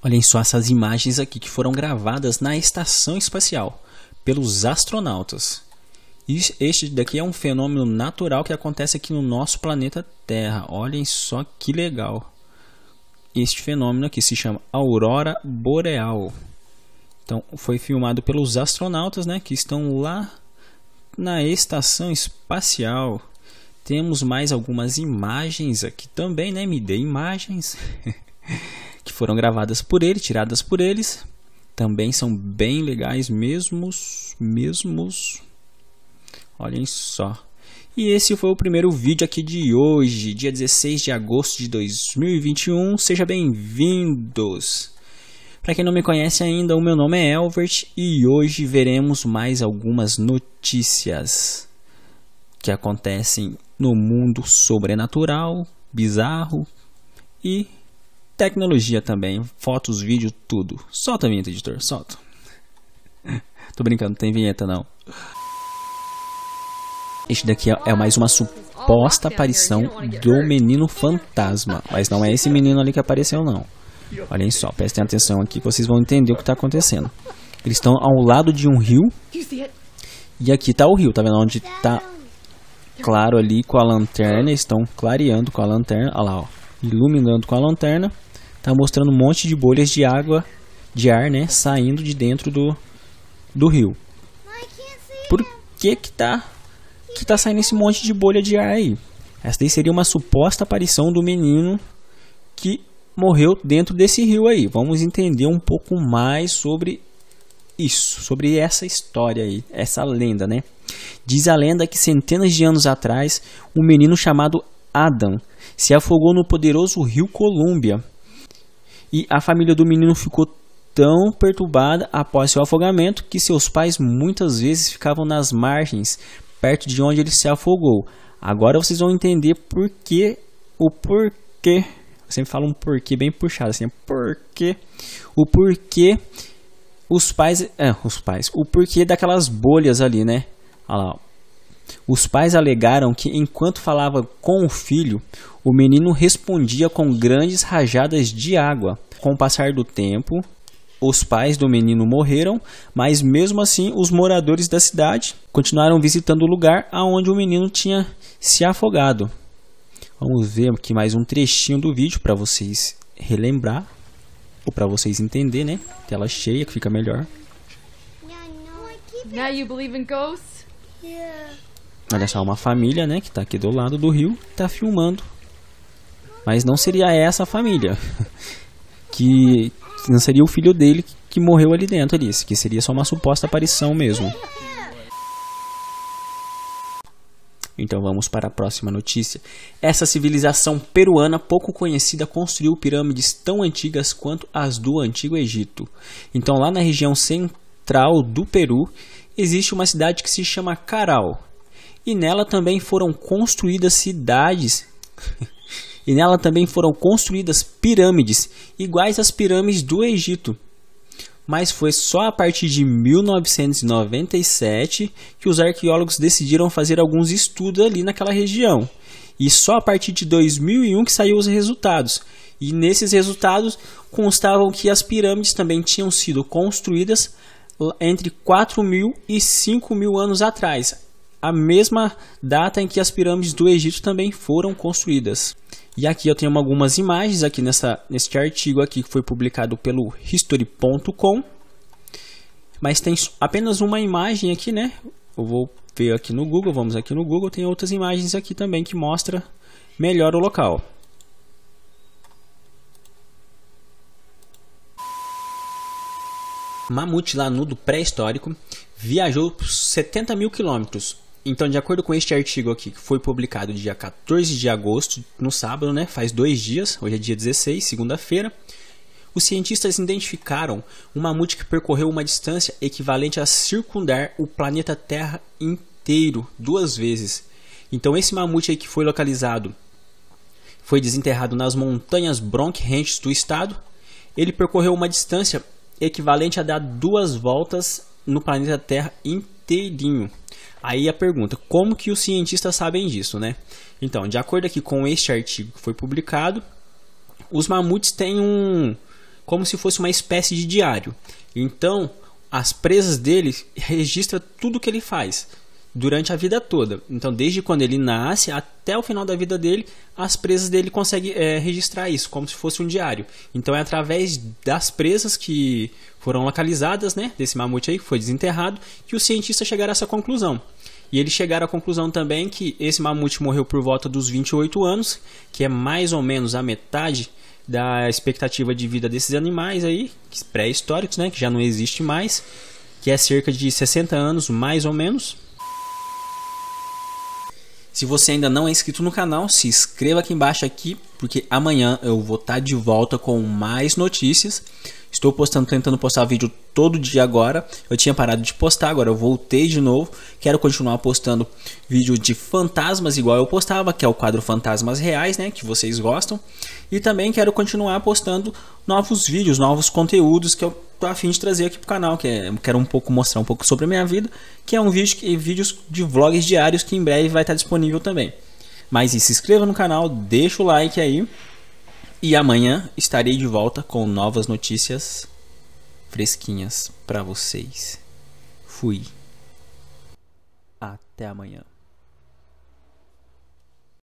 Olhem só essas imagens aqui que foram gravadas na estação espacial pelos astronautas. Este daqui é um fenômeno natural que acontece aqui no nosso planeta Terra. Olhem só que legal. Este fenômeno aqui se chama Aurora Boreal. Então, foi filmado pelos astronautas, né, que estão lá na estação espacial. Temos mais algumas imagens aqui também, né? Me dê imagens que foram gravadas por ele, tiradas por eles. Também são bem legais mesmos. Olhem só. E esse foi o primeiro vídeo aqui de hoje, dia 16 de agosto de 2021. Sejam bem-vindos. Para quem não me conhece ainda, o meu nome é Elvert e hoje veremos mais algumas notícias que acontecem no mundo sobrenatural, bizarro e tecnologia também. Fotos, vídeo, tudo. Solta a vinheta, editor, solta. Tô brincando, não tem vinheta não. Este daqui é mais uma suposta aparição do menino fantasma. Mas não é esse menino ali que apareceu não. Olhem só, prestem atenção aqui que vocês vão entender o que está acontecendo. Eles estão ao lado de um rio. E aqui está o rio, tá vendo onde está claro ali com a lanterna. Estão clareando com a lanterna, olha lá, ó, iluminando com a lanterna. Tá mostrando um monte de bolhas de água, de ar, né, saindo de dentro do rio. Por que tá saindo esse monte de bolha de ar aí? Essa daí seria uma suposta aparição do menino que morreu dentro desse rio aí. Vamos entender um pouco mais sobre isso, sobre essa história aí, essa lenda, né? Diz a lenda que centenas de anos atrás, um menino chamado Adam se afogou no poderoso rio Columbia. E a família do menino ficou tão perturbada após seu afogamento que seus pais muitas vezes ficavam nas margens, perto de onde ele se afogou. Agora vocês vão entender o porquê. Eu sempre falo um porquê bem puxado assim, o porquê o porquê daquelas bolhas ali, né? Olha lá, ó. Os pais alegaram que enquanto falava com o filho, o menino respondia com grandes rajadas de água. Com o passar do tempo, os pais do menino morreram, mas mesmo assim os moradores da cidade continuaram visitando o lugar aonde o menino tinha se afogado. Vamos ver aqui mais um trechinho do vídeo para vocês relembrar, ou para vocês entenderem, né? Tela cheia que fica melhor. Now you believe in ghosts? Olha só, uma família, né, que está aqui do lado do rio, está filmando. Mas não seria essa a família. que não seria o filho dele que morreu ali dentro, ali, que seria só uma suposta aparição mesmo. Então vamos para a próxima notícia. Essa civilização peruana pouco conhecida construiu pirâmides tão antigas quanto as do Antigo Egito. Então lá na região central do Peru existe uma cidade que se chama Caral. E nela também foram construídas pirâmides iguais às pirâmides do Egito. Mas foi só a partir de 1997 que os arqueólogos decidiram fazer alguns estudos ali naquela região. E só a partir de 2001 que saiu os resultados. E nesses resultados constavam que as pirâmides também tinham sido construídas entre 4.000 e 5.000 anos atrás. A mesma data em que as pirâmides do Egito também foram construídas. E aqui eu tenho algumas imagens aqui neste artigo aqui que foi publicado pelo History.com. Mas tem apenas uma imagem aqui, né? Eu vou ver aqui no Google, vamos aqui no Google, tem outras imagens aqui também que mostra melhor o local. Mamute lanudo pré-histórico viajou por 70 mil quilômetros. Então, de acordo com este artigo aqui, que foi publicado dia 14 de agosto, no sábado, né? Faz 2 dias, hoje é dia 16, segunda-feira. Os cientistas identificaram um mamute que percorreu uma distância equivalente a circundar o planeta Terra inteiro 2 vezes. Então, esse mamute aí que foi localizado, foi desenterrado nas montanhas Bronx Ranges do estado. Ele percorreu uma distância equivalente a dar 2 voltas no planeta Terra inteirinho. Aí a pergunta, como que os cientistas sabem disso, né? Então, de acordo aqui com este artigo que foi publicado, os mamutes têm como se fosse uma espécie de diário. Então, as presas dele registram tudo que ele faz durante a vida toda. Então, desde quando ele nasce até o final da vida dele, as presas dele conseguem registrar isso, como se fosse um diário. Então, é através das presas que foram localizadas, né, desse mamute aí, que foi desenterrado, que os cientistas chegaram a essa conclusão. E eles chegaram à conclusão também que esse mamute morreu por volta dos 28 anos, que é mais ou menos a metade da expectativa de vida desses animais aí, pré-históricos, né, que já não existe mais, que é cerca de 60 anos, mais ou menos. Se você ainda não é inscrito no canal, se inscreva aqui embaixo porque amanhã eu vou estar de volta com mais notícias. Estou tentando postar vídeo todo dia agora. Eu tinha parado de postar, agora eu voltei de novo. Quero continuar postando vídeo de fantasmas igual eu postava, que é o quadro Fantasmas Reais, né, que vocês gostam. E também quero continuar postando novos vídeos, novos conteúdos que eu tô a fim de trazer aqui pro canal, quero mostrar um pouco sobre a minha vida, que é vídeos de vlogs diários que em breve vai estar disponível também. Mas se inscreva no canal, deixa o like aí. E amanhã estarei de volta com novas notícias fresquinhas para vocês. Fui. Até amanhã.